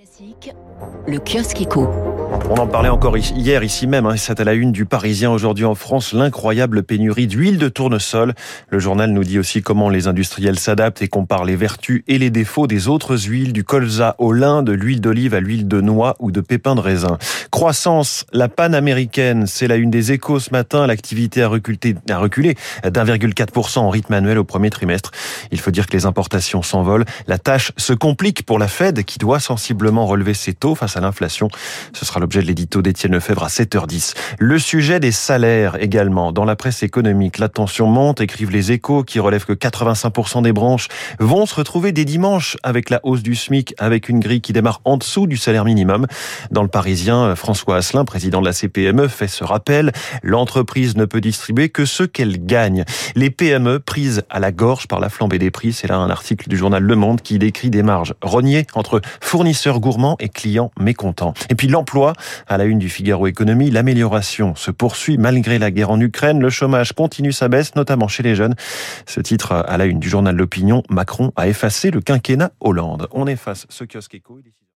Classique, le kiosque éco. On en parlait encore hier ici même, c'est à la une du Parisien aujourd'hui en France, l'incroyable pénurie d'huile de tournesol. Le journal nous dit aussi comment les industriels s'adaptent et comparent les vertus et les défauts des autres huiles, du colza au lin, de l'huile d'olive à l'huile de noix ou de pépins de raisin. Croissance, la panne américaine, c'est la une des Échos ce matin. L'activité a reculé d'1,4% en rythme annuel au premier trimestre. Il faut dire que les importations s'envolent. La tâche se complique pour la Fed qui doit sensiblement relever ses taux face à l'inflation. Ce sera l'objet de l'édito d'Étienne Lefebvre à 7h10. Le sujet des salaires également. Dans la presse économique, la tension monte, écrivent les Échos qui relèvent que 85% des branches vont se retrouver dès dimanche avec la hausse du SMIC, avec une grille qui démarre en dessous du salaire minimum. Dans le Parisien, François Asselin, président de la CPME, fait ce rappel. L'entreprise ne peut distribuer que ce qu'elle gagne. Les PME prises à la gorge par la flambée des prix. C'est là un article du journal Le Monde qui décrit des marges rognées entre fournisseurs gourmands et clients mécontents. Et puis l'emploi, à la une du Figaro Économie, l'amélioration se poursuit malgré la guerre en Ukraine. Le chômage continue sa baisse, notamment chez les jeunes. Ce titre à la une du journal L'Opinion, Macron a effacé le quinquennat Hollande. On efface ce kiosque éco.